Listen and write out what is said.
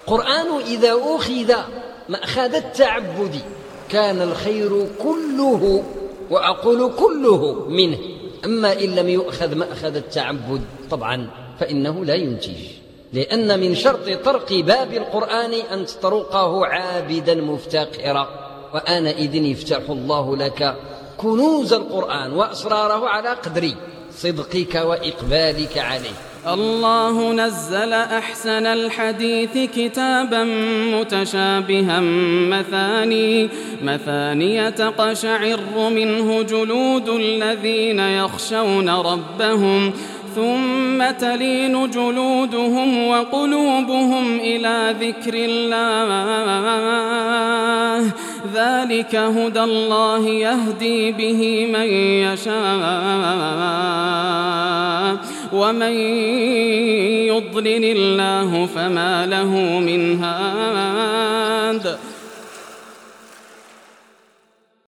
القرآن إذا أخذ مأخذ التعبد كان الخير كله، وأقول كله، منه. أما إن لم يؤخذ مأخذ التعبد طبعا فإنه لا ينتج، لأن من شرط طرق باب القرآن أن تطرقه عابدا مفتقرا، وآنئذ يفتح الله لك كنوز القرآن وأسراره على قدر صدقك وإقبالك عليه. الله نزل أحسن الحديث كتابا متشابها مثانية تقشعر منه جلود الذين يخشون ربهم ثم تلين جلودهم وقلوبهم إلى ذكر الله ذلك هدى الله يهدي به من يشاء ومن يضلل الله فما له من هاد.